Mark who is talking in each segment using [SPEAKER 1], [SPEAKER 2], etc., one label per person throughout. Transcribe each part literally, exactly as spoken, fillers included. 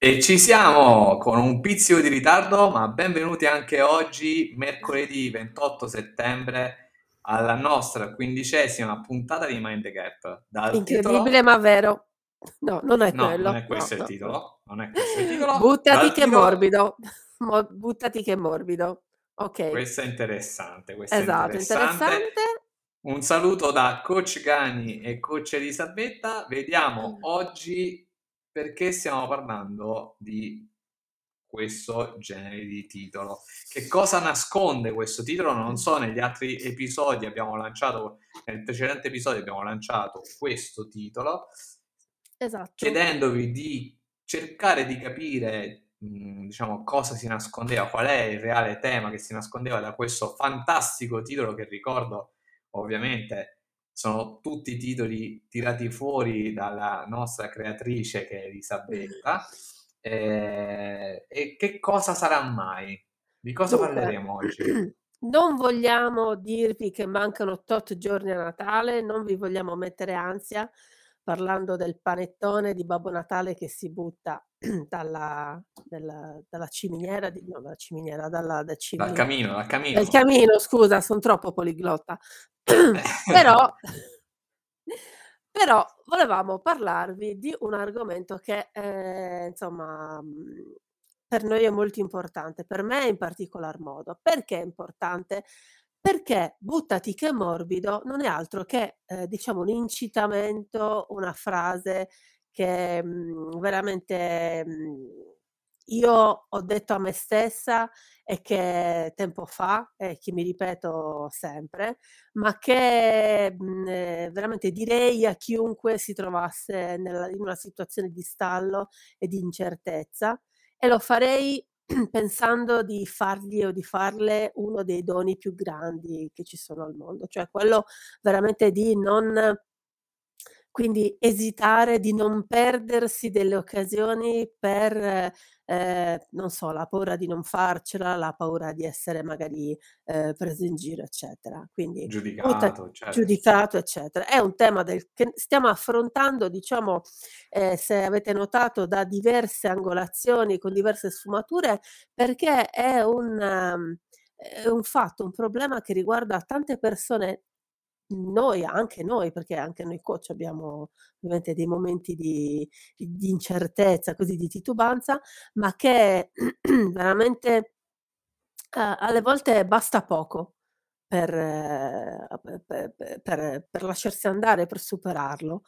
[SPEAKER 1] E ci siamo con un pizzico di ritardo, ma benvenuti anche oggi, mercoledì ventotto settembre, alla nostra quindicesima puntata di Mind the Gap. Dal
[SPEAKER 2] Incredibile
[SPEAKER 1] titolo,
[SPEAKER 2] ma vero. No, non è
[SPEAKER 1] no, non
[SPEAKER 2] quello.
[SPEAKER 1] è
[SPEAKER 2] No,
[SPEAKER 1] questo il
[SPEAKER 2] no, no.
[SPEAKER 1] titolo, non è questo il titolo,
[SPEAKER 2] Buttati
[SPEAKER 1] dal
[SPEAKER 2] che è
[SPEAKER 1] titolo,
[SPEAKER 2] morbido. Mo- buttati che è morbido. Ok,
[SPEAKER 1] questo è interessante, questo è
[SPEAKER 2] esatto,
[SPEAKER 1] interessante.
[SPEAKER 2] interessante.
[SPEAKER 1] Un saluto da Coach Gani e Coach Elisabetta. Vediamo oggi perché stiamo parlando di questo genere di titolo. Che cosa nasconde questo titolo? Non so, negli altri episodi abbiamo lanciato, nel precedente episodio abbiamo lanciato questo titolo,
[SPEAKER 2] Esatto.
[SPEAKER 1] chiedendovi di cercare di capire, mh, diciamo, cosa si nascondeva, qual è il reale tema che si nascondeva da questo fantastico titolo che ricordo, ovviamente, sono tutti titoli tirati fuori dalla nostra creatrice che è Elisabetta. Eh, e che cosa sarà mai? Di cosa
[SPEAKER 2] Dunque,
[SPEAKER 1] parleremo oggi?
[SPEAKER 2] non vogliamo dirvi che mancano tot giorni a Natale, non vi vogliamo mettere ansia parlando del panettone di Babbo Natale che si butta dalla, dalla, dalla ciminiera, di, no, dalla ciminiera, dalla, dal
[SPEAKER 1] Dal
[SPEAKER 2] cimino,
[SPEAKER 1] camino, dal
[SPEAKER 2] dal
[SPEAKER 1] camino.
[SPEAKER 2] camino, scusa, sono troppo poliglotta. Però, però volevamo parlarvi di un argomento che, eh, insomma, mh, per noi è molto importante, per me in particolar modo. Perché è importante? Perché buttati che è morbido non è altro che, eh, diciamo, un incitamento, una frase che mh, veramente mh, io ho detto a me stessa e che tempo fa, e che mi ripeto sempre, ma che mh, eh, veramente direi a chiunque si trovasse nella- in una situazione di stallo e di incertezza, e lo farei pensando di fargli o di farle uno dei doni più grandi che ci sono al mondo, cioè quello veramente di non quindi esitare, di non perdersi delle occasioni per, ehm, non so, la paura di non farcela, la paura di essere magari, ehm, preso in giro, eccetera. Quindi butta
[SPEAKER 1] Giudicato, certo.
[SPEAKER 2] giudicato, eccetera. È un tema del che stiamo affrontando, diciamo, ehm, se avete notato, da diverse angolazioni, con diverse sfumature, perché è un mhmm, è un fatto, un problema che riguarda tante persone, noi, anche noi, perché anche noi coach abbiamo ovviamente dei momenti di di incertezza, così di titubanza, ma che veramente, uhm, alle volte basta poco per eh, pe pe pe per per lasciarsi andare, per superarlo.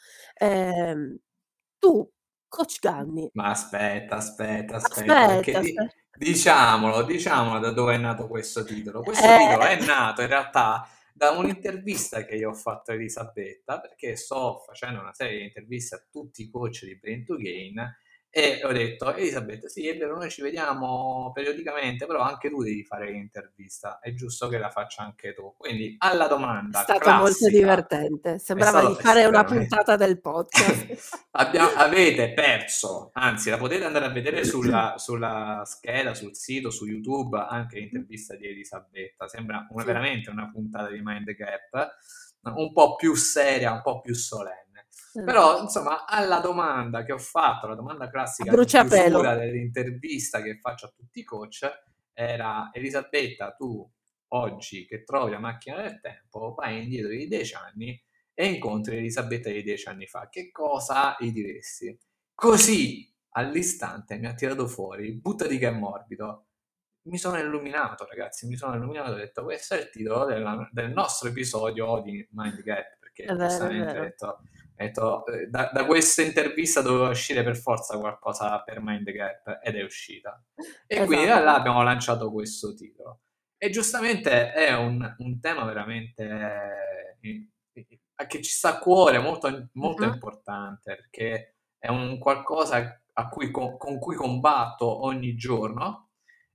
[SPEAKER 2] Ehm, tu, coach Ganni,
[SPEAKER 1] Ma aspetta, aspetta, aspetta, perché
[SPEAKER 2] aspetta,
[SPEAKER 1] di-
[SPEAKER 2] aspe
[SPEAKER 1] diciamolo, diciamolo da dove è nato questo titolo. Questo titolo
[SPEAKER 2] eh
[SPEAKER 1] è nato in realtà da un'intervista che io ho fatto a Elisabetta, perché sto facendo una serie di interviste a tutti i coach di Brain to Gain e ho detto, Elisabetta, sì, è vero, noi ci vediamo periodicamente, però anche tu devi fare l'intervista, è giusto che la faccia anche tu. Quindi alla
[SPEAKER 2] è
[SPEAKER 1] domanda
[SPEAKER 2] stato molto
[SPEAKER 1] classica,
[SPEAKER 2] divertente.
[SPEAKER 1] è
[SPEAKER 2] Sembrava
[SPEAKER 1] stato
[SPEAKER 2] di
[SPEAKER 1] è
[SPEAKER 2] fare
[SPEAKER 1] stato
[SPEAKER 2] una
[SPEAKER 1] veramente...
[SPEAKER 2] puntata del podcast.
[SPEAKER 1] Abbia- avete perso, anzi la potete andare a vedere sulla, sulla scheda, sul sito, su YouTube, anche l'intervista di Elisabetta. Sembra una-
[SPEAKER 2] Sì.
[SPEAKER 1] veramente una puntata di Mind the Gap, un po' più seria, un po' più solenne. Però,
[SPEAKER 2] Esatto.
[SPEAKER 1] insomma, alla domanda che ho fatto, la domanda
[SPEAKER 2] A
[SPEAKER 1] classica di
[SPEAKER 2] bruciapelo.
[SPEAKER 1] chiusura dell'intervista che faccio a tutti i coach, era Elisabetta, tu oggi che trovi la macchina del tempo, vai indietro di dieci anni e incontri Elisabetta di dieci anni fa, che cosa gli diresti? Così all'istante mi ha tirato fuori, buttati che è morbido. Mi sono illuminato, ragazzi, mi sono illuminato e ho detto questo è il titolo della- del nostro episodio di Mind Gap,
[SPEAKER 2] È
[SPEAKER 1] perché
[SPEAKER 2] vero, è
[SPEAKER 1] giustamente ho
[SPEAKER 2] vero.
[SPEAKER 1] detto, ho detto, eh, da, da questa intervista doveva uscire per forza qualcosa per Mind Gap ed è uscita. E quindi da là
[SPEAKER 2] Esatto.
[SPEAKER 1] abbiamo lanciato questo titolo. E giustamente è un, un tema veramente eh, che ci sta a cuore, molto, molto
[SPEAKER 2] Mh-mh.
[SPEAKER 1] importante, perché è un qualcosa a cui, con, con cui combatto ogni giorno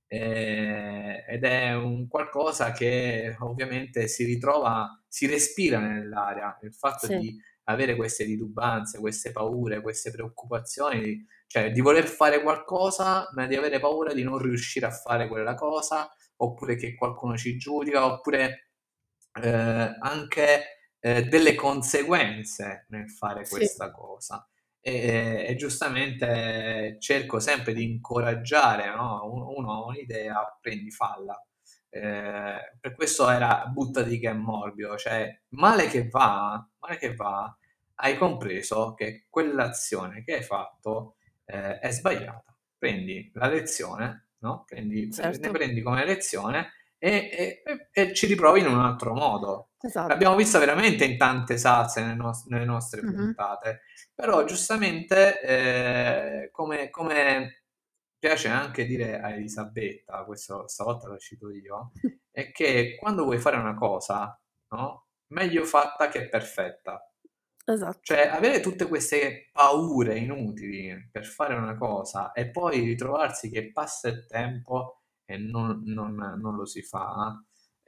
[SPEAKER 1] eh, ed è un qualcosa che ovviamente si ritrova, si respira nell'aria, il fatto
[SPEAKER 2] Sì,
[SPEAKER 1] di avere queste titubanze, queste paure, queste preoccupazioni, cioè di voler fare qualcosa, ma di avere paura di non riuscire a fare quella cosa, oppure che qualcuno ci giudica, oppure eh, anche eh, delle conseguenze nel fare
[SPEAKER 2] sì.
[SPEAKER 1] questa cosa. e, e giustamente cerco sempre di incoraggiare, no? Uno, uno ha un'idea, prendi, falla. Eh, per questo era buttati che è morbido, cioè male che va, male che va, hai compreso che quell'azione che hai fatto eh, è sbagliata. Prendi la lezione, no? Prendi, ne
[SPEAKER 2] Certo,
[SPEAKER 1] prendi come lezione e, e- e ci riprovi in un altro modo.
[SPEAKER 2] esatto.
[SPEAKER 1] L'abbiamo vista veramente in tante salse nelle, nos- nelle nostre
[SPEAKER 2] Mh-mh.
[SPEAKER 1] puntate, però giustamente, eh, come, come piace anche dire a Elisabetta, questo stavolta lo cito io, è che quando vuoi fare una cosa, no? Meglio fatta che perfetta.
[SPEAKER 2] Esatto.
[SPEAKER 1] Cioè, avere tutte queste paure inutili per fare una cosa e poi ritrovarsi che passa il tempo e non, non- non lo si fa,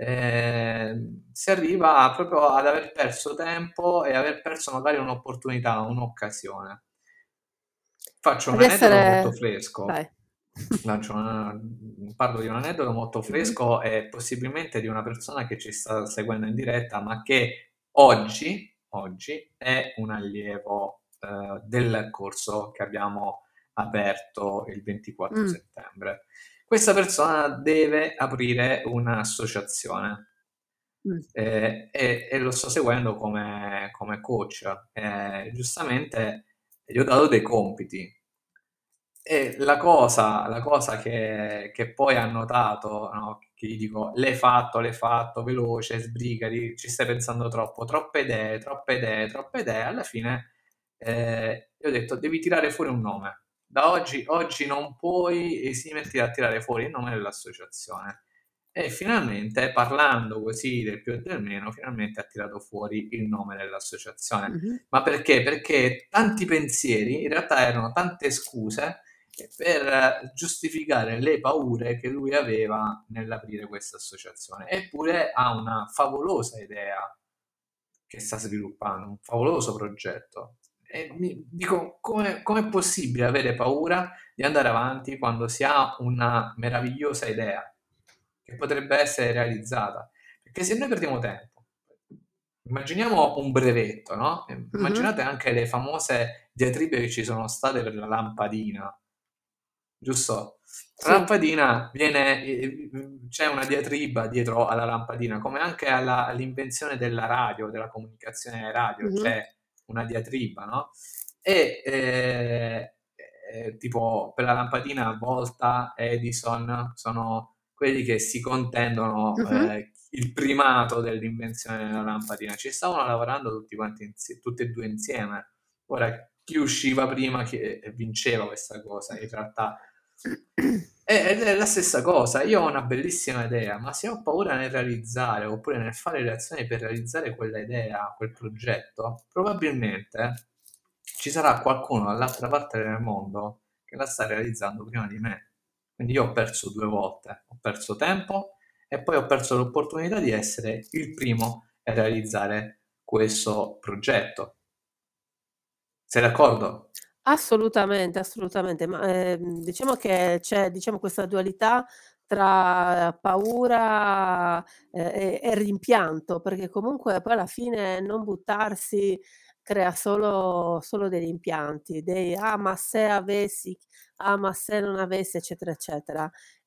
[SPEAKER 1] eh, si arriva proprio ad aver perso tempo e aver perso magari un'opportunità, un'occasione. Faccio un
[SPEAKER 2] Devi
[SPEAKER 1] aneddoto molto
[SPEAKER 2] essere
[SPEAKER 1] fresco.
[SPEAKER 2] vai.
[SPEAKER 1] Lancio una- Parlo di un aneddoto molto
[SPEAKER 2] Mh-mh.
[SPEAKER 1] fresco e possibilmente di una persona che ci sta seguendo in diretta, ma che oggi, oggi è un allievo eh, del corso che abbiamo aperto il ventiquattro
[SPEAKER 2] Mh.
[SPEAKER 1] settembre. Questa persona deve aprire un'associazione
[SPEAKER 2] Mh.
[SPEAKER 1] eh, e, e lo sto seguendo come, come coach. Eh, giustamente gli ho dato dei compiti e la cosa, la cosa che, che poi ha notato, no, che gli dico, l'hai fatto, l'hai fatto, veloce, sbrigati, ci stai pensando troppo, troppe idee, troppe idee, troppe idee, alla fine eh, gli ho detto, devi tirare fuori un nome. Da oggi, oggi non puoi esimerti da tirare fuori il nome dell'associazione. E finalmente, parlando così del più e del meno, finalmente ha tirato fuori il nome dell'associazione.
[SPEAKER 2] Mh-mh.
[SPEAKER 1] Ma perché? Perché tanti pensieri in realtà erano tante scuse per giustificare le paure che lui aveva nell'aprire questa associazione. Eppure ha una favolosa idea che sta sviluppando, un favoloso progetto. E mi dico, come è possibile avere paura di andare avanti quando si ha una meravigliosa idea che potrebbe essere realizzata? Perché se noi perdiamo tempo, immaginiamo un brevetto, no?
[SPEAKER 2] Mh-mh.
[SPEAKER 1] Immaginate anche le famose diatribe che ci sono state per la lampadina, giusto? La
[SPEAKER 2] Sì.
[SPEAKER 1] lampadina viene, eh, c'è una diatriba dietro alla lampadina, come anche alla- all'invenzione della radio, della comunicazione radio,
[SPEAKER 2] Mh-mh.
[SPEAKER 1] c'è una diatriba, no? E eh, eh, tipo per la lampadina Volta, Edison sono quelli che si contendono
[SPEAKER 2] Mh-mh.
[SPEAKER 1] eh, il primato dell'invenzione della lampadina. Ci stavano lavorando tutti quanti insie- tutti e due insieme. Ora, chi usciva prima che vinceva questa cosa, in realtà è, ed è la stessa cosa. Io ho una bellissima idea, ma se ho paura nel realizzare oppure nel fare le azioni per realizzare quella idea, quel progetto, probabilmente ci sarà qualcuno dall'altra parte del mondo che la sta realizzando prima di me. Quindi io ho perso due volte, ho perso tempo e poi ho perso l'opportunità di essere il primo a realizzare questo progetto. Sei d'accordo?
[SPEAKER 2] Assolutamente, assolutamente, ma, ehm, diciamo che c'è, diciamo, questa dualità tra paura, ehm, e e rimpianto, perché comunque poi alla fine non buttarsi crea solo solo dei rimpianti, dei: "Ah, ma se avessi, ah, ma se non avessi", eccetera, eccetera.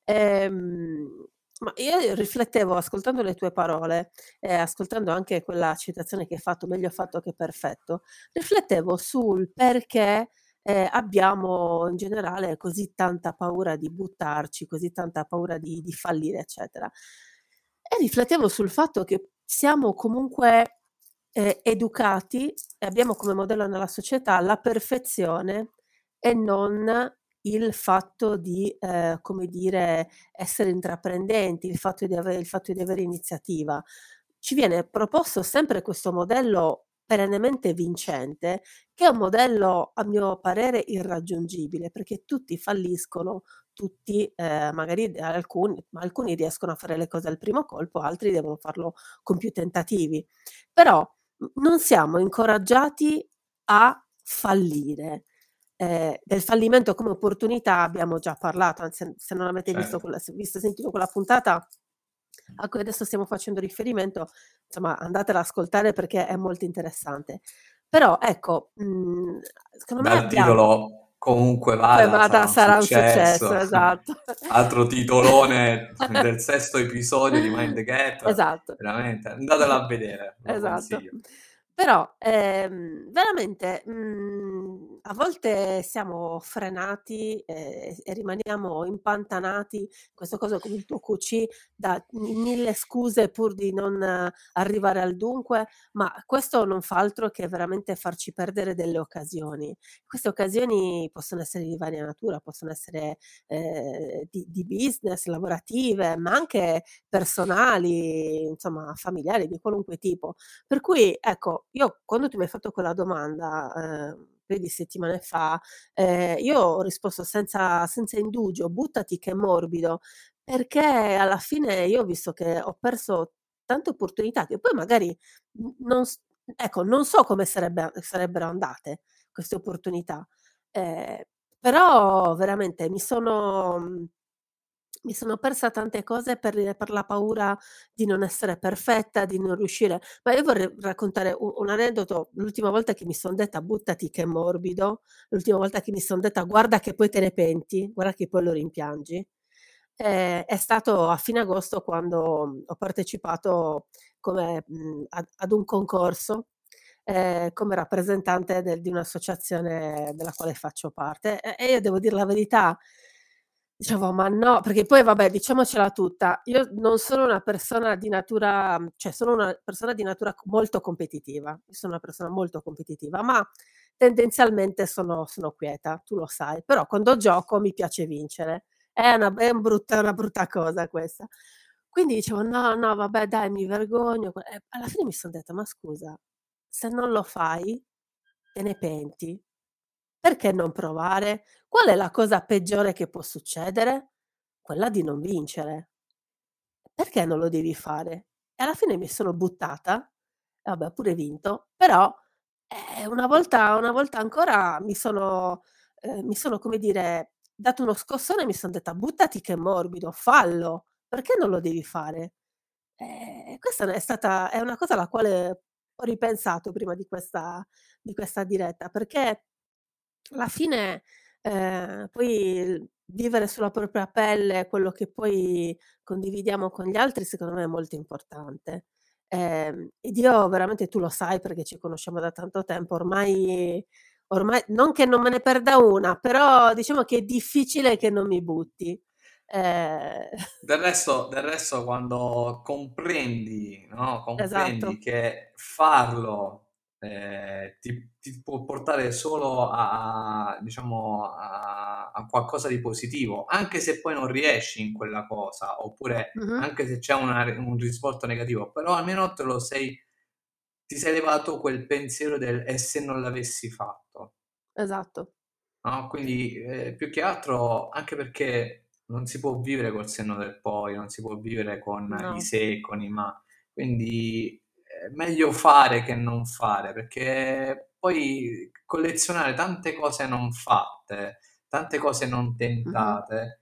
[SPEAKER 2] Ehm, ma io riflettevo ascoltando le tue parole e ascoltando anche quella citazione che hai fatto: "Meglio fatto che perfetto", riflettevo sul perché ehm, abbiamo in generale così tanta paura di buttarci, così tanta paura di di fallire, eccetera. E riflettevo sul fatto che siamo comunque, ehm, educati e abbiamo come modello nella società la perfezione e non il fatto di, ehm, come dire, essere intraprendenti, il fatto di ave il fatto di avere iniziativa. Ci viene proposto sempre questo modello perennemente vincente, che è un modello, a mio parere, irraggiungibile, perché tutti falliscono, tutti, ehm, magari d alcuni ma alcuni riescono a fare le cose al primo colpo, altri devono farlo con più tentativi. Però, n non siamo incoraggiati a fallire. Ehm, del fallimento come opportunità abbiamo già parlato, anzi se non avete visto
[SPEAKER 1] Certo.
[SPEAKER 2] quella se visto e sentito quella puntata a cui adesso stiamo facendo riferimento, insomma andatela ad ascoltare perché è molto interessante. Però ecco, mhmm, secondo me
[SPEAKER 1] Dal
[SPEAKER 2] abbiamo
[SPEAKER 1] titolo "Comunque
[SPEAKER 2] Poi
[SPEAKER 1] vada sarà
[SPEAKER 2] vada
[SPEAKER 1] un
[SPEAKER 2] sarà un successo,
[SPEAKER 1] successo",
[SPEAKER 2] esatto.
[SPEAKER 1] altro titolone del sesto episodio di Mind the Gap,
[SPEAKER 2] Esatto.
[SPEAKER 1] veramente andatelo a vedere, ve lo
[SPEAKER 2] Esatto.
[SPEAKER 1] consiglio.
[SPEAKER 2] Però, ehm, veramente, mhmm, a volte siamo frenati, ehm, e rimaniamo impantanati in questo coso come il tuo Q C, da mi mille scuse pur di non eh, arrivare al dunque, ma questo non fa altro che veramente farci perdere delle occasioni. Queste occasioni possono essere di varia natura, possono essere, ehm, di di business, lavorative, ma anche personali, insomma familiari, di qualunque tipo. Per cui ecco, io quando tu mi hai fatto quella domanda, ehm, un paio di settimane fa, ehm, io ho risposto senza senza indugio: "Buttati che è morbido", perché alla fine io ho visto che ho perso tante opportunità che poi magari n non s ecco, non so come sarebbe sarebbero andate queste opportunità, ehm, però veramente mi sono mhmm mi sono persa tante cose per per la paura di non essere perfetta, di non riuscire ma io vorrei raccontare u un aneddoto. L'ultima volta che mi son detta: "Buttati che è morbido", l'ultima volta che mi son detta: "Guarda che poi te ne penti, guarda che poi lo rimpiangi", ehm, è stato a fine agosto quando, mhmm, ho partecipato come mhmm, ad ad un concorso, ehm, come rappresentante del di un'associazione della quale faccio parte e e io devo dir la verità, dicevo: "Ma no", perché poi vabbè diciamocela tutta, io non sono una persona di natura cioè sono una persona di natura c molto competitiva, io sono una persona molto competitiva, ma tendenzialmente sono sono quieta, tu lo sai, però quando gioco mi piace vincere. È una è un brutta è una brutta cosa questa. Quindi dicevo: "No, no, vabbè dai mi vergogno", que e alla fine mi son detta: "Ma scusa, se non lo fai te ne penti? Perché non provare? Qual è la cosa peggiore che può succedere? Quella di non vincere. Perché non lo devi fare?" E alla fine mi sono buttata, e vabbè ho pure vinto, però, eh, una volta una volta ancora mi sono ehm, mi sono, come dire, dato uno scossone e mi son detta: "Buttati che è morbido, fallo, perché non lo devi fare?" Ehm, questa è stata è una cosa alla quale ho ripensato prima di questa di questa diretta, perché alla fine, ehm, poi il vivere sulla propria pelle quello che poi condividiamo con gli altri, secondo me è molto importante. Ehm, ed io veramente tu lo sai perché ci conosciamo da tanto tempo, ormai ormai non che non me ne perda una, però diciamo che è difficile che non mi butti. Ehm
[SPEAKER 1] Del resto del resto quando comprendi, no, comprendi
[SPEAKER 2] esatto.
[SPEAKER 1] che farlo, ehm, ti ti può portare solo a a diciamo a a qualcosa di positivo, anche se poi non riesci in quella cosa, oppure
[SPEAKER 2] Mh-mh.
[SPEAKER 1] anche se c'è una ri un risvolto negativo, però almeno te lo sei ti sei levato quel pensiero del: "E se non l'avessi fatto?"
[SPEAKER 2] Esatto.
[SPEAKER 1] No, quindi, ehm, più che altro anche perché non si può vivere col senno del poi, non si può vivere con i
[SPEAKER 2] No.
[SPEAKER 1] se e con i ma. Quindi è meglio fare che non fare, perché poi collezionare tante cose non fatte, tante cose non
[SPEAKER 2] Mh-mh.
[SPEAKER 1] tentate,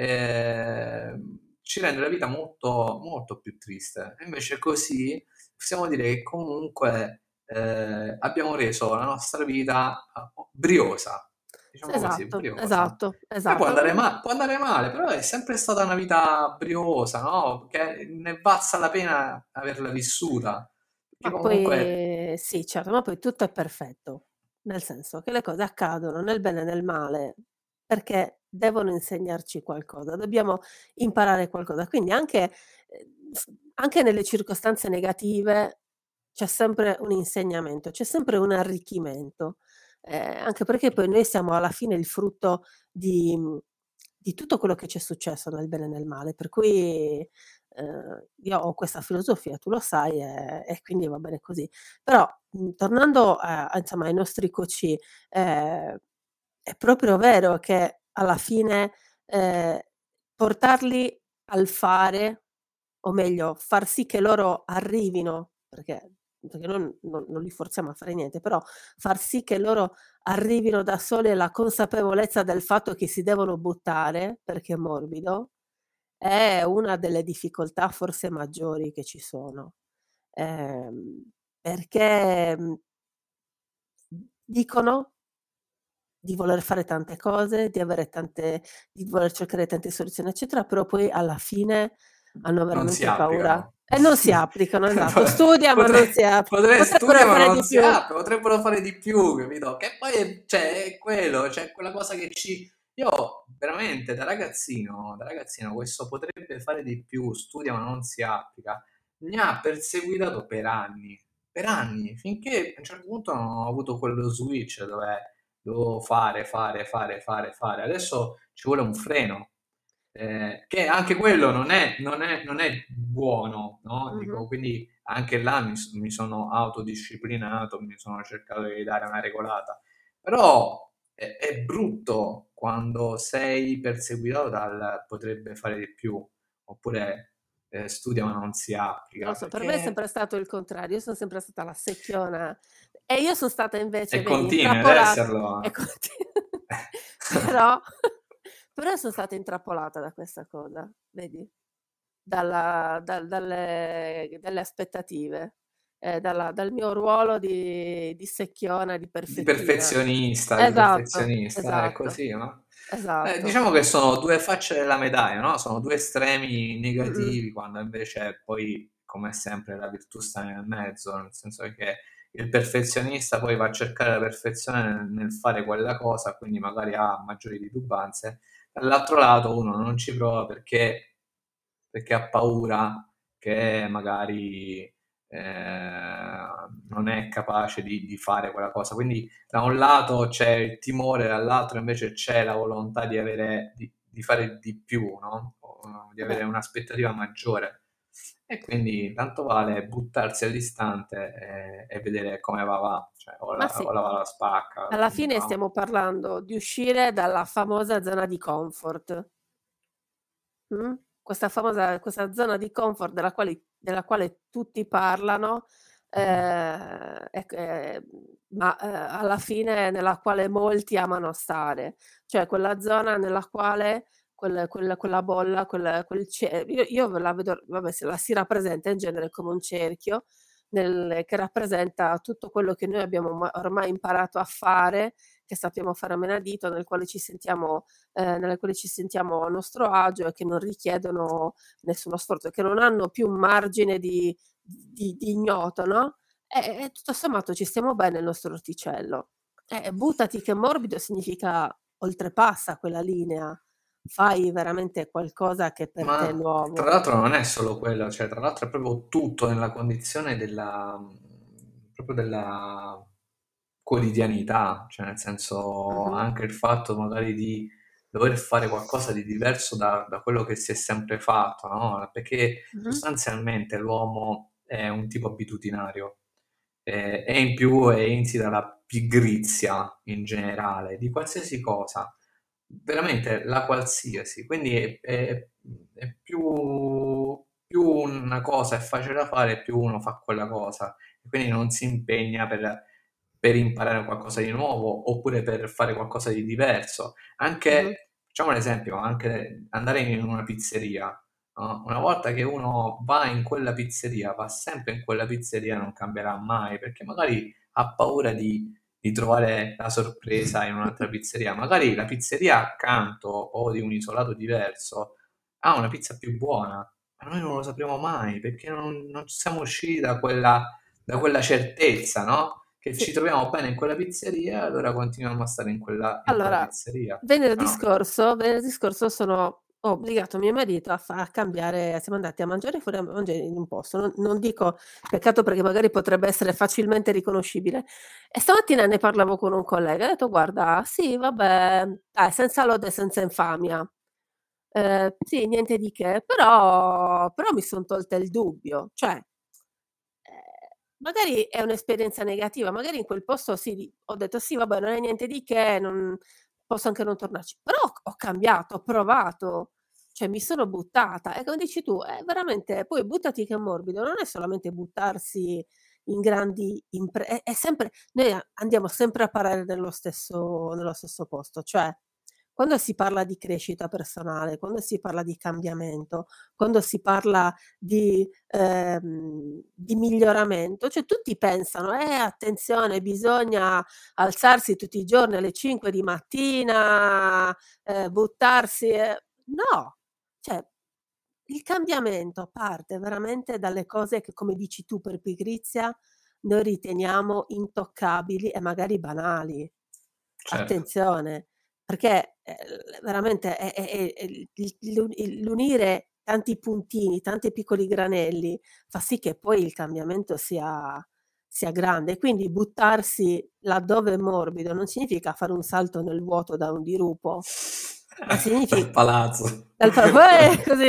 [SPEAKER 1] ehm, ci rende la vita molto, molto più triste. E invece così possiamo dire che comunque, ehm, abbiamo reso la nostra vita a o briosa.
[SPEAKER 2] S
[SPEAKER 1] Diciamo così,
[SPEAKER 2] esatto,
[SPEAKER 1] briosa.
[SPEAKER 2] esatto,
[SPEAKER 1] Poi può
[SPEAKER 2] esatto.
[SPEAKER 1] andare
[SPEAKER 2] Mhmm,
[SPEAKER 1] ma può andare male, però è sempre stata una vita briosa, no, che ne è valsa la pena averla vissuta. Perché
[SPEAKER 2] ma
[SPEAKER 1] comunque
[SPEAKER 2] poi sì, certo, ma poi tutto è perfetto. Nel senso che le cose accadono nel bene e nel male, perché devono insegnarci qualcosa, dobbiamo imparare qualcosa. Quindi anche ehm, s anche nelle circostanze negative c'è sempre un insegnamento, c'è sempre un arricchimento, ehm, anche perché poi noi siamo alla fine il frutto di mhmm, di tutto quello che ci è successo nel bene e nel male, per cui, ehm, io ho questa filosofia, tu lo sai, e e quindi va bene così. Però, mhmm, tornando a a insomma ai nostri coach, ehm, è proprio vero che alla fine, ehm, portarli al fare, o meglio far sì che loro arrivino, perché perché non non non li forziamo a fare niente, però far sì che loro arrivino da soli alla consapevolezza del fatto che si devono buttare, perché è morbido, è una delle difficoltà forse maggiori che ci sono. Ehm, perché, mhmm dicono di voler fare tante cose, di avere tante di voler cercare tante soluzioni, eccetera, però poi alla fine hanno
[SPEAKER 1] Non si
[SPEAKER 2] veramente paura
[SPEAKER 1] applicano.
[SPEAKER 2] e non si applicano, esatto.
[SPEAKER 1] Po-
[SPEAKER 2] Studia ma non
[SPEAKER 1] Potre-
[SPEAKER 2] si applica.
[SPEAKER 1] potre- studia
[SPEAKER 2] Potrebbero
[SPEAKER 1] ma
[SPEAKER 2] fare
[SPEAKER 1] non
[SPEAKER 2] di
[SPEAKER 1] si
[SPEAKER 2] più.
[SPEAKER 1] apre, potrebbero fare di più, capito? Che poi è, cioè, è quello, cioè quella cosa che ci... Io veramente da ragazzino, da ragazzino questo potrebbe fare di più, studia ma non si applica, mi ha perseguitato per anni, per anni, finché a un certo punto non ho avuto quello switch dove devo fare, fare, fare, fare, fare. Adesso ci vuole un freno, eh, che anche quello non è, non è, non è buono, no?
[SPEAKER 2] Mh-mh.
[SPEAKER 1] Dico, quindi anche là mi, s- mi sono autodisciplinato, mi sono cercato di dare una regolata. Però è, è brutto quando sei perseguitato dal potrebbe fare di più, oppure eh, studia ma non si
[SPEAKER 2] Non lo
[SPEAKER 1] applica,
[SPEAKER 2] so, per me è
[SPEAKER 1] perché
[SPEAKER 2] sempre stato il contrario, io son sempre stata la secchiona e io son stata invece,
[SPEAKER 1] e
[SPEAKER 2] vedi,
[SPEAKER 1] continui ad
[SPEAKER 2] intrappolata e
[SPEAKER 1] esserlo.
[SPEAKER 2] conti però però son stata intrappolata da questa cosa, vedi? Dalla dal dalle dalle aspettative, ehm, dalla dal mio ruolo di di secchiona, di
[SPEAKER 1] Di
[SPEAKER 2] perfettina.
[SPEAKER 1] perfezionista, di
[SPEAKER 2] Esatto,
[SPEAKER 1] perfezionista, è
[SPEAKER 2] esatto,
[SPEAKER 1] così, no? Eh,
[SPEAKER 2] esatto.
[SPEAKER 1] diciamo che sono due facce della medaglia, no? Sono due estremi
[SPEAKER 2] Mh-mh.
[SPEAKER 1] negativi, quando invece poi, come sempre, la virtù sta nel mezzo, nel senso che il perfezionista poi va a cercare la perfezione nel, nel fare quella cosa, quindi magari ha maggiori titubanze. Dall'altro lato uno non ci prova perché, perché ha paura che magari eh, non è capace di, di fare quella cosa. Quindi da un lato c'è il timore, dall'altro invece c'è la volontà di avere, di, di fare di più, no? O di avere
[SPEAKER 2] Vabbè,
[SPEAKER 1] un'aspettativa maggiore. E quindi tanto vale buttarsi all'istante e, e vedere come va va, cioè o
[SPEAKER 2] ma
[SPEAKER 1] la, o
[SPEAKER 2] sì.
[SPEAKER 1] la va la spacca, alla
[SPEAKER 2] Alla
[SPEAKER 1] fine,
[SPEAKER 2] fine
[SPEAKER 1] no?
[SPEAKER 2] stiamo parlando di uscire dalla famosa zona di comfort. Mh? Questa famosa questa zona di comfort della quali della quale tutti parlano, ehm, e c ehm, ma, ehm, alla fine nella quale molti amano stare. Cioè quella zona nella quale quel quel quella bolla, quel quel ce io io la vedo, vabbè, se la si rappresenta in genere come un cerchio nel che rappresenta tutto quello che noi abbiamo ma ormai imparato a fare, che sappiamo fare a menadito, nel quale ci sentiamo ehm, nelle quali ci sentiamo a nostro agio e che non richiedono nessuno sforzo, che non hanno più un margine di di di ignoto, no, e e tutto sommato ci stiamo bene nel nostro orticello. Eh, buttati che è morbido significa oltrepassa quella linea, fai veramente qualcosa che per te è
[SPEAKER 1] Ma tra
[SPEAKER 2] nuovo.
[SPEAKER 1] l'altro non è solo quello, cioè tra l'altro è proprio tutto nella condizione della, proprio della quotidianità, cioè nel senso
[SPEAKER 2] Mh-mh,
[SPEAKER 1] anche il fatto magari di dover fare qualcosa di diverso da, da quello che si è sempre fatto, no? Perché
[SPEAKER 2] mh-mh.
[SPEAKER 1] sostanzialmente l'uomo è un tipo abitudinario eh, e in più è insita la pigrizia in generale di qualsiasi cosa, veramente la qualsiasi, quindi è, è- è più, più una cosa è facile da fare, più uno fa quella cosa, e quindi non si impegna per, per imparare qualcosa di nuovo oppure per fare qualcosa di diverso.
[SPEAKER 2] Mh-mh.
[SPEAKER 1] Anche, facciamo un esempio, anche andare in una pizzeria. No? Una volta che uno va in quella pizzeria, va sempre in quella pizzeria, non cambierà mai, perché magari ha paura di, di trovare la sorpresa in un'altra pizzeria. Magari la pizzeria accanto o di un isolato diverso ha una pizza più buona, ma noi non lo sapremo mai, perché non, non siamo usciti da quella, da quella certezza, no? Che ci
[SPEAKER 2] Sì.
[SPEAKER 1] troviamo bene in quella pizzeria, allora continuiamo a stare in quella, in quella
[SPEAKER 2] Allora,
[SPEAKER 1] pizzeria.
[SPEAKER 2] venerdì
[SPEAKER 1] No?
[SPEAKER 2] scorso venerdì scorso sono ho obbligato mio marito a fa a cambiare, siamo andati a mangiare fuori, a mangiare in un posto, non non dico peccato perché magari potrebbe essere facilmente riconoscibile. E stamattina ne parlavo con un collega, ho detto: "Guarda, sì vabbè, dai, senza lode e senza infamia. Ehm, sì, niente di che, però però mi son tolta il dubbio, cioè, Ehm, magari è un'esperienza negativa, magari in quel posto sì, di ho detto: "Sì, vabbè, non è niente di che, non posso anche non tornarci." Però ho ho cambiato, ho provato, cioè mi sono buttata e come dici tu, è veramente poi buttati che è morbido, non è solamente buttarsi in grandi impre è è sempre noi a andiamo sempre a parare nello stesso nello stesso posto, cioè quando si parla di crescita personale, quando si parla di cambiamento, quando si parla di, ehm, di miglioramento, cioè tutti pensano: "Eh, attenzione, bisogna alzarsi tutti i giorni alle cinque di mattina, ehm, buttarsi", e no, cioè il cambiamento parte veramente dalle cose che, come dici tu, per pigrizia noi riteniamo intoccabili e magari banali.
[SPEAKER 1] Certo.
[SPEAKER 2] Attenzione, perché, ehm, veramente è è è è il il l'u il l'unire tanti puntini, tanti piccoli granelli, fa sì che poi il cambiamento sia sia grande. Quindi buttarsi laddove è morbido non significa fare un salto nel vuoto da un dirupo, ma
[SPEAKER 1] Dal
[SPEAKER 2] signifi
[SPEAKER 1] palazzo.
[SPEAKER 2] dal pa ueh, così.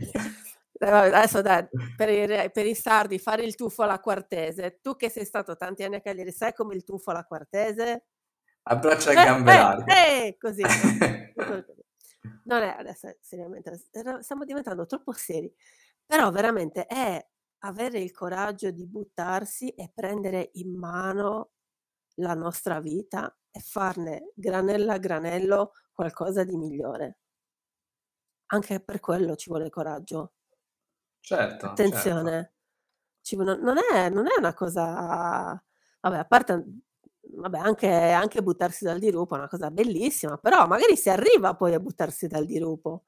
[SPEAKER 2] Eh vabbè, adesso dai, per i re per i sardi fare il tuffo alla quartese. Tu che sei stato tanti anni a Cagliari, sai com'è il tuffo alla quartese?
[SPEAKER 1] A braccia e
[SPEAKER 2] Eh,
[SPEAKER 1] gambe
[SPEAKER 2] eh,
[SPEAKER 1] larghe.
[SPEAKER 2] eh, così, no. Proprio così. Non è adesso seriamente, s era stiamo diventando troppo seri, però veramente è avere il coraggio di buttarsi e prendere in mano la nostra vita e farne granello a granello qualcosa di migliore. Anche per quello ci vuole coraggio.
[SPEAKER 1] Certo, certo.
[SPEAKER 2] Attenzione, ci vuole non è non è una cosa, vabbè, a parte, mhmm, vabbè, anche anche buttarsi dal dirupo è una cosa bellissima, però magari si arriva poi a buttarsi dal dirupo,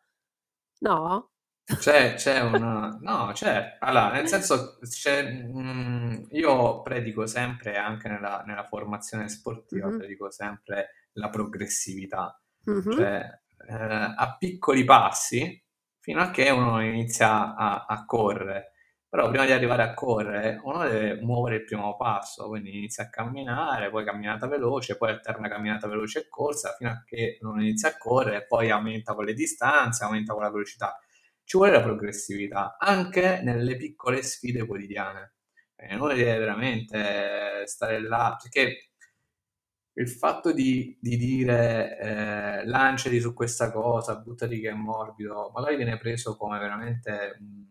[SPEAKER 2] no?
[SPEAKER 1] C'è c'è un no, c'è allora, nel senso c'è mhmm, io predico sempre anche nella nella formazione sportiva,
[SPEAKER 2] Mh-mh.
[SPEAKER 1] predico sempre la progressività.
[SPEAKER 2] Mh-mh.
[SPEAKER 1] Cioè, ehm, a piccoli passi fino a che uno non inizia a a correre. Però prima di arrivare a correre uno deve muovere il primo passo, quindi inizia a camminare, poi camminata veloce, poi alterna camminata veloce e corsa fino a che uno inizia a correre, poi aumenta con le distanze, aumenta con la velocità. Ci vuole la progressività anche nelle piccole sfide quotidiane. Ehm, uno deve veramente stare là perché il fatto di di dire, ehm: "Lanciati su questa cosa, buttati che è morbido", magari viene preso come veramente, mhmm,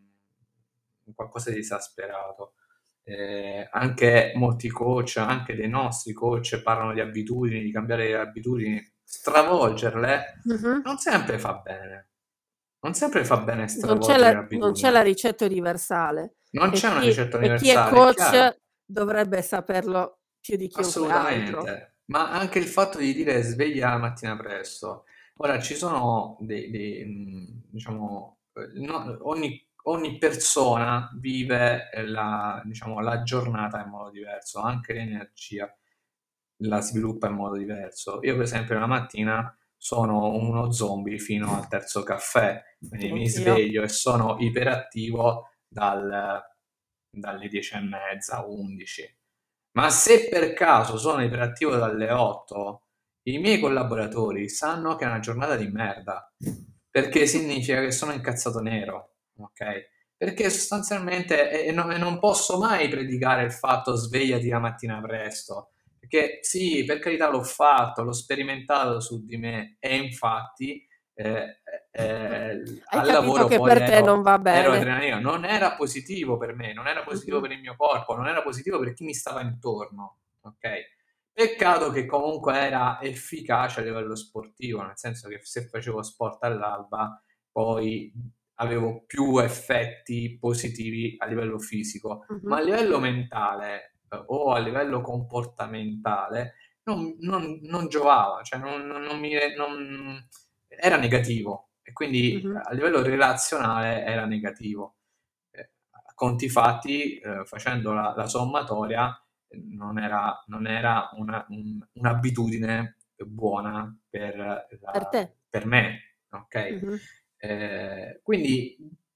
[SPEAKER 1] un qualcosa di esasperato. Ehm, anche molti coach, anche dei nostri coach parlano di abitudini, di cambiare le abitudini, stravolgerle
[SPEAKER 2] Mh-mh.
[SPEAKER 1] non sempre fa bene. Non sempre fa bene
[SPEAKER 2] Non c'è
[SPEAKER 1] stravolgere
[SPEAKER 2] la non c'è la
[SPEAKER 1] l'abitudine.
[SPEAKER 2] ricetta universale
[SPEAKER 1] Non
[SPEAKER 2] e
[SPEAKER 1] c'è una
[SPEAKER 2] chi
[SPEAKER 1] ricetta
[SPEAKER 2] e chi è
[SPEAKER 1] universale, è chiaro.
[SPEAKER 2] coach dovrebbe saperlo più di chiunque altro.
[SPEAKER 1] Assolutamente, ma anche il fatto di dire sveglia la mattina presto. Ora ci sono dei dei mhmm, diciamo, ehm, no ogni ogni persona vive, ehm, la diciamo, la giornata in modo diverso, anche l'energia la sviluppa in modo diverso. Io per esempio la mattina sono uno zombie fino al terzo caffè, quindi mi
[SPEAKER 2] Anch'io.
[SPEAKER 1] sveglio e sono iperattivo dal dalle dieci e mezza, undici. Ma se per caso sono iperattivo dalle otto, i miei collaboratori sanno che è una giornata di merda, perché significa che sono incazzato nero, ok? Perché sostanzialmente e, e non, e non posso mai predicare il fatto svegliati la mattina presto, perché sì, per carità l'ho fatto, l'ho sperimentato su di me e infatti eh, eh,
[SPEAKER 2] Hai
[SPEAKER 1] al
[SPEAKER 2] capito
[SPEAKER 1] lavoro
[SPEAKER 2] che
[SPEAKER 1] poi
[SPEAKER 2] per te
[SPEAKER 1] ero
[SPEAKER 2] non va
[SPEAKER 1] ero
[SPEAKER 2] bene.
[SPEAKER 1] adrenalina, non era positivo per me, non era positivo
[SPEAKER 2] Mh-mh.
[SPEAKER 1] per il mio corpo, non era positivo per chi mi stava intorno, ok? Peccato che comunque era efficace a livello sportivo, nel senso che se facevo sport all'alba poi avevo più effetti positivi a livello fisico, ma
[SPEAKER 2] Mh-mh.
[SPEAKER 1] a livello mentale eh, o a livello comportamentale non, non, non giovava, cioè non, non, non mi, non, era negativo e quindi
[SPEAKER 2] Mh-mh.
[SPEAKER 1] a livello relazionale era negativo. Eh, a conti fatti, eh, facendo la, la sommatoria, eh, non era, non era una, un- un'abitudine buona per,
[SPEAKER 2] Per
[SPEAKER 1] la-
[SPEAKER 2] te.
[SPEAKER 1] per me, ok?
[SPEAKER 2] Mh-mh.
[SPEAKER 1] Eh, quindi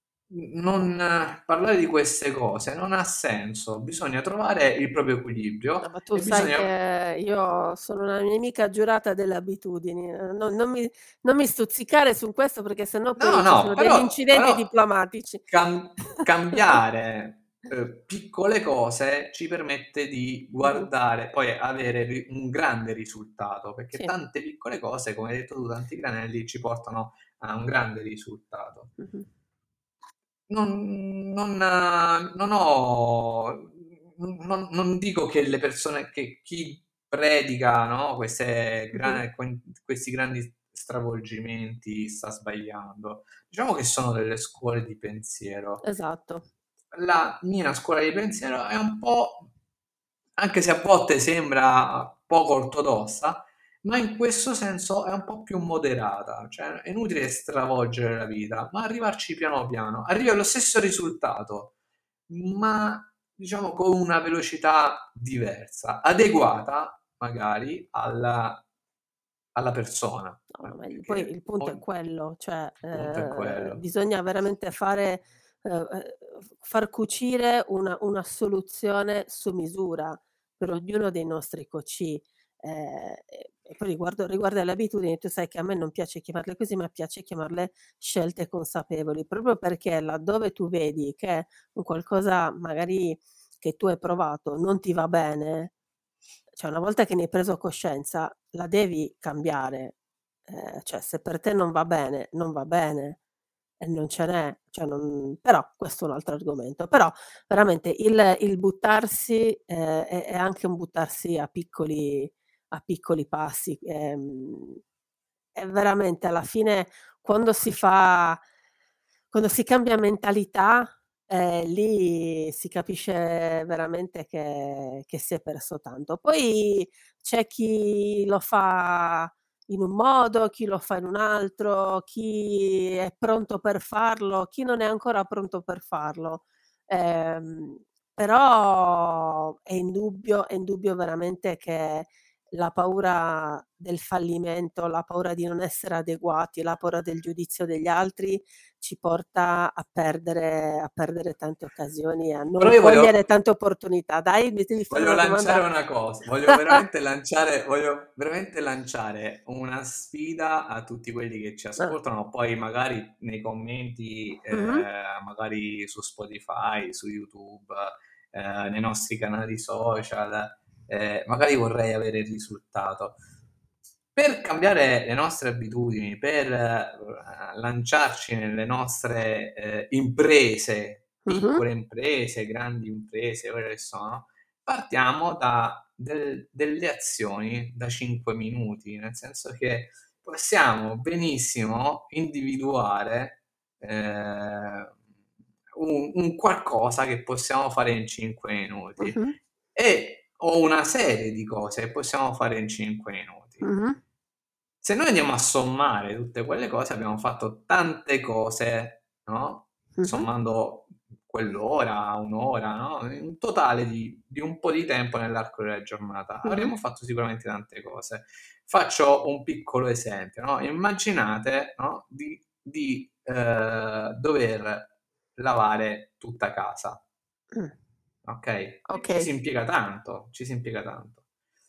[SPEAKER 1] non parlare di queste cose non ha senso, bisogna trovare il proprio
[SPEAKER 2] No,
[SPEAKER 1] equilibrio
[SPEAKER 2] ma tu
[SPEAKER 1] e
[SPEAKER 2] sai
[SPEAKER 1] bisogna
[SPEAKER 2] che io sono una nemica giurata delle abitudini. Ehm, non non mi non mi stuzzicare su questo perché se no
[SPEAKER 1] no,
[SPEAKER 2] poi ci
[SPEAKER 1] no,
[SPEAKER 2] sono degli
[SPEAKER 1] però,
[SPEAKER 2] incidenti
[SPEAKER 1] però
[SPEAKER 2] diplomatici.
[SPEAKER 1] cam- cambiare eh, piccole cose ci permette di
[SPEAKER 2] Mh-mh.
[SPEAKER 1] guardare, poi avere ri- un grande risultato, perché
[SPEAKER 2] Sì.
[SPEAKER 1] tante piccole cose, come hai detto tu, tanti granelli ci portano a un grande risultato.
[SPEAKER 2] Mh-mh.
[SPEAKER 1] Non, non, eh, non ho, non, non dico che le persone, che chi predica, no, queste
[SPEAKER 2] Mh-mh.
[SPEAKER 1] gra- questi grandi stravolgimenti sta sbagliando. Diciamo che sono delle scuole di pensiero.
[SPEAKER 2] Esatto.
[SPEAKER 1] La mia scuola di pensiero è un po', anche se a volte sembra poco ortodossa, ma in questo senso è un po' più moderata, cioè è inutile stravolgere la vita, ma arrivarci piano piano, arrivi allo stesso risultato, ma diciamo con una velocità diversa, adeguata magari alla, alla persona,
[SPEAKER 2] No, no, ma il poi
[SPEAKER 1] perché
[SPEAKER 2] il punto è
[SPEAKER 1] ogni
[SPEAKER 2] quello, cioè,
[SPEAKER 1] il punto è
[SPEAKER 2] ehm,
[SPEAKER 1] quello.
[SPEAKER 2] bisogna veramente fare ehm, ehm, far cucire una una soluzione su misura per ognuno dei nostri coccì. Ehm, e e poi riguardo riguardo alle abitudini, tu sai che a me non piace chiamarle così, ma piace chiamarle scelte consapevoli, proprio perché laddove tu vedi che un qualcosa magari che tu hai provato non ti va bene, cioè una volta che ne hai preso coscienza la devi cambiare. Ehm, cioè se per te non va bene, non va bene e non ce n'è, cioè non però questo è un altro argomento. Però veramente il il buttarsi, ehm, è è anche un buttarsi a piccoli a piccoli passi, ehm, è veramente alla fine quando si fa quando si cambia mentalità, ehm, lì si capisce veramente che che si è perso tanto. Poi c'è chi lo fa in un modo, chi lo fa in un altro, chi è pronto per farlo, chi non è ancora pronto per farlo. Ehm, però è indubbio è indubbio veramente che la paura del fallimento, la paura di non essere adeguati, la paura del giudizio degli altri ci porta a perdere a perdere tante occasioni e a
[SPEAKER 1] Però
[SPEAKER 2] non
[SPEAKER 1] io
[SPEAKER 2] cogliere
[SPEAKER 1] voglio,
[SPEAKER 2] tante opportunità. Dai, mi devi fare
[SPEAKER 1] Voglio
[SPEAKER 2] una
[SPEAKER 1] lanciare
[SPEAKER 2] domanda.
[SPEAKER 1] una cosa, voglio veramente lanciare, voglio veramente lanciare una sfida a tutti quelli che ci
[SPEAKER 2] Ah.
[SPEAKER 1] ascoltano, poi magari nei commenti,
[SPEAKER 2] Mh-mh.
[SPEAKER 1] eh, magari su Spotify, su YouTube, eh, nei nostri canali social, eh, magari vorrei avere il risultato. Per cambiare le nostre abitudini, per eh, lanciarci nelle nostre eh, imprese,
[SPEAKER 2] Mh-mh.
[SPEAKER 1] piccole imprese, grandi imprese, quelle che sono, partiamo da del- delle azioni da cinque minuti, nel senso che possiamo benissimo individuare eh, un, un qualcosa che possiamo fare in cinque minuti
[SPEAKER 2] Mh-mh.
[SPEAKER 1] e o una serie di cose che possiamo fare in cinque minuti.
[SPEAKER 2] Mh-mh.
[SPEAKER 1] Se noi andiamo a sommare tutte quelle cose, abbiamo fatto tante cose, no?
[SPEAKER 2] Mh-mh.
[SPEAKER 1] Sommando quell'ora, un'ora, no? Un totale di, di un po' di tempo nell'arco della giornata.
[SPEAKER 2] Mh-mh.
[SPEAKER 1] Avremmo fatto sicuramente tante cose. Faccio un piccolo esempio, no? Immaginate, no? di, di eh, dover lavare tutta casa,
[SPEAKER 2] Mh.
[SPEAKER 1] ok? E ci si
[SPEAKER 2] Okay.
[SPEAKER 1] impiega tanto, ci si impiega tanto.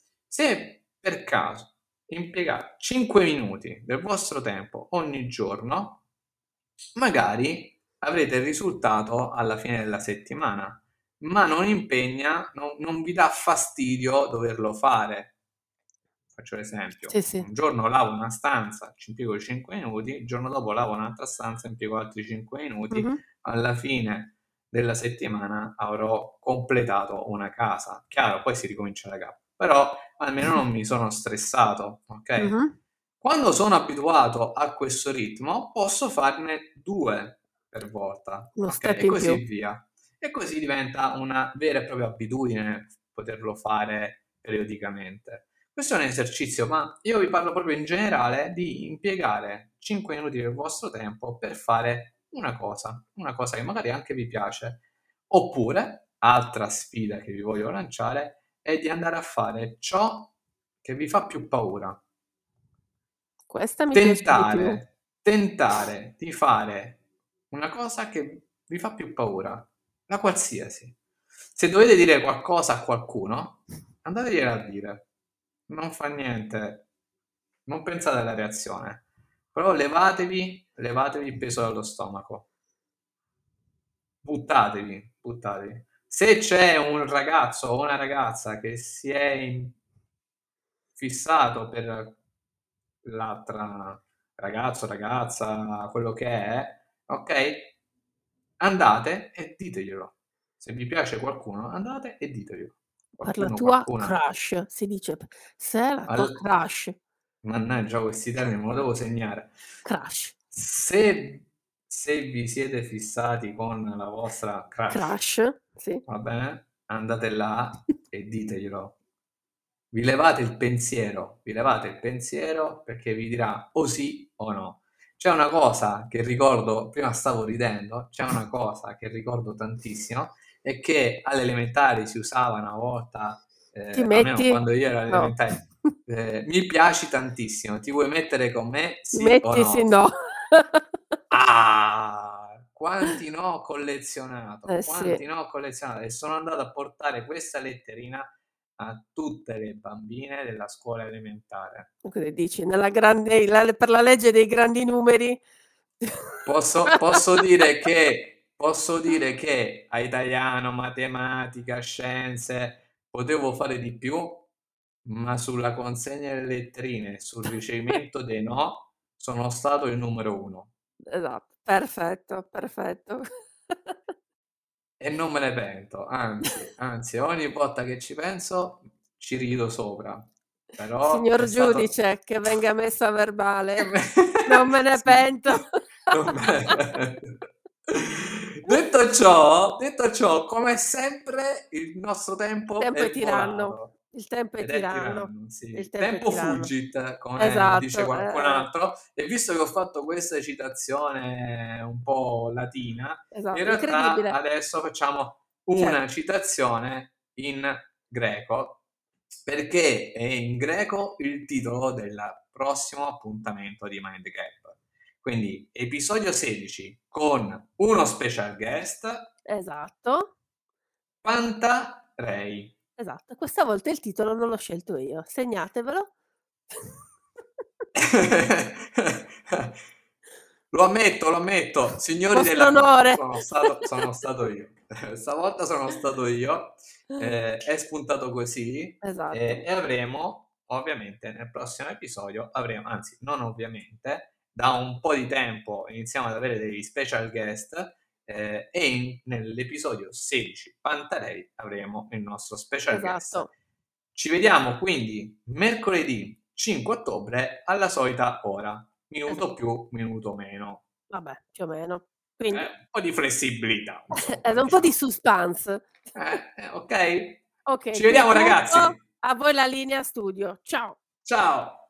[SPEAKER 1] Se per caso impiegate cinque minuti del vostro tempo ogni giorno, magari avrete il risultato alla fine della settimana, ma non impegna, non, non vi dà fastidio doverlo fare. Faccio l'esempio,
[SPEAKER 2] Sì, sì.
[SPEAKER 1] un giorno lavo una stanza, ci impiego cinque minuti, il giorno dopo lavo un'altra stanza, impiego altri cinque minuti,
[SPEAKER 2] Mh-mh.
[SPEAKER 1] alla fine della settimana avrò completato una casa. Chiaro, poi si ricomincia da capo, però almeno non mi sono stressato, ok?
[SPEAKER 2] Mh-mh.
[SPEAKER 1] Quando sono abituato a questo ritmo, posso farne due per volta,
[SPEAKER 2] Uno
[SPEAKER 1] ok?
[SPEAKER 2] step
[SPEAKER 1] E
[SPEAKER 2] in
[SPEAKER 1] così
[SPEAKER 2] più.
[SPEAKER 1] via. E così diventa una vera e propria abitudine poterlo fare periodicamente. Questo è un esercizio, ma io vi parlo proprio in generale di impiegare cinque minuti del vostro tempo per fare una cosa, una cosa che magari anche vi piace. Oppure, altra sfida che vi voglio lanciare, è di andare a fare ciò che vi fa più paura.
[SPEAKER 2] Questa mi piace di più.
[SPEAKER 1] Tentare, tentare di fare una cosa che vi fa più paura, la qualsiasi. Se dovete dire qualcosa a qualcuno, andategliela a dire. Non fa niente, non pensate alla reazione, però levatevi, levatevi il peso dallo stomaco. Buttatevi, buttatevi. Se c'è un ragazzo o una ragazza che si è in- fissato per l'altra ragazzo, ragazza, quello che è, ok? Andate e diteglielo. Se vi piace qualcuno, andate e diteglielo.
[SPEAKER 2] Per la
[SPEAKER 1] Qualcuno,
[SPEAKER 2] tua
[SPEAKER 1] qualcuna.
[SPEAKER 2] crush, si dice p se è la tua
[SPEAKER 1] Al-
[SPEAKER 2] crush.
[SPEAKER 1] Mannaggia, questi termini me lo devo segnare.
[SPEAKER 2] Crush.
[SPEAKER 1] Se, se vi siete fissati con la vostra crush,
[SPEAKER 2] Crush, sì.
[SPEAKER 1] va bene? Andate là e diteglielo. Vi levate il pensiero, vi levate il pensiero perché vi dirà o sì o no. C'è una cosa che ricordo, prima stavo ridendo, c'è una cosa che ricordo tantissimo, è che alle elementari si usava una volta,
[SPEAKER 2] Ti
[SPEAKER 1] eh, almeno
[SPEAKER 2] metti?
[SPEAKER 1] quando io ero alle
[SPEAKER 2] No.
[SPEAKER 1] elementari, eh, mi piaci tantissimo, ti vuoi mettere con me?
[SPEAKER 2] Ti
[SPEAKER 1] Sì o
[SPEAKER 2] metti?
[SPEAKER 1] no?
[SPEAKER 2] Sì, no.
[SPEAKER 1] Ah, quanti no ho collezionato,
[SPEAKER 2] Eh
[SPEAKER 1] quanti
[SPEAKER 2] sì.
[SPEAKER 1] no ho collezionato e sono andato a portare questa letterina a tutte le bambine della scuola elementare.
[SPEAKER 2] Cosa dici? Nella grande, la- per la legge dei grandi numeri.
[SPEAKER 1] Posso, posso dire che, posso dire che a italiano, matematica, scienze potevo fare di più, ma sulla consegna delle letterine, sul ricevimento dei no, sono stato il numero uno.
[SPEAKER 2] Esatto, perfetto, perfetto.
[SPEAKER 1] E non me ne pento, anzi, anzi, ogni volta che ci penso ci rido sopra. Però è
[SPEAKER 2] Signor
[SPEAKER 1] stato...
[SPEAKER 2] giudice, che venga messo a verbale. Non me ne
[SPEAKER 1] Sì,
[SPEAKER 2] pento.
[SPEAKER 1] non me ne pento. Detto ciò, detto ciò, come sempre il nostro
[SPEAKER 2] Il
[SPEAKER 1] tempo
[SPEAKER 2] tempo è
[SPEAKER 1] è
[SPEAKER 2] tiranno.
[SPEAKER 1] volato.
[SPEAKER 2] Il tempo è
[SPEAKER 1] Ed è
[SPEAKER 2] tiranno.
[SPEAKER 1] tiranno, sì.
[SPEAKER 2] Il
[SPEAKER 1] Il
[SPEAKER 2] tempo è
[SPEAKER 1] tempo
[SPEAKER 2] tiranno.
[SPEAKER 1] fugit, come dice
[SPEAKER 2] Esatto.
[SPEAKER 1] qualcun
[SPEAKER 2] eh,
[SPEAKER 1] altro. E visto che ho fatto questa citazione un po' latina, in
[SPEAKER 2] esatto,
[SPEAKER 1] realtà
[SPEAKER 2] incredibile.
[SPEAKER 1] adesso facciamo una
[SPEAKER 2] Certo,
[SPEAKER 1] citazione in greco, perché è in greco il titolo del prossimo appuntamento di Mind Gap. Quindi episodio sedici con uno special guest,
[SPEAKER 2] esatto,
[SPEAKER 1] Pantarei.
[SPEAKER 2] esatto. Questa volta il titolo non l'ho scelto io. Segnatevelo.
[SPEAKER 1] Lo ammetto, lo ammetto, signori
[SPEAKER 2] Vostro
[SPEAKER 1] della corte,
[SPEAKER 2] onore.
[SPEAKER 1] sono stato, sono stato io. Stavolta sono stato io. Eh, è spuntato così eh,
[SPEAKER 2] Esatto,
[SPEAKER 1] e avremo, ovviamente, nel prossimo episodio, avremo, anzi, non ovviamente, da un po' di tempo iniziamo ad avere degli special guest eh, e in, nell'episodio sedici, Pantarei, avremo il nostro special guest.
[SPEAKER 2] esatto.
[SPEAKER 1] Ci vediamo quindi mercoledì cinque ottobre alla solita ora, minuto
[SPEAKER 2] Esatto.
[SPEAKER 1] più, minuto meno.
[SPEAKER 2] Vabbè, più o meno.
[SPEAKER 1] Eh,
[SPEAKER 2] Quindi
[SPEAKER 1] un po' di flessibilità,
[SPEAKER 2] è
[SPEAKER 1] insomma,
[SPEAKER 2] un po' di
[SPEAKER 1] diciamo.
[SPEAKER 2] suspense.
[SPEAKER 1] Eh, eh, ok?
[SPEAKER 2] Ok,
[SPEAKER 1] Ci
[SPEAKER 2] qui
[SPEAKER 1] vediamo
[SPEAKER 2] tutto.
[SPEAKER 1] ragazzi.
[SPEAKER 2] A voi la linea studio. Ciao.
[SPEAKER 1] Ciao.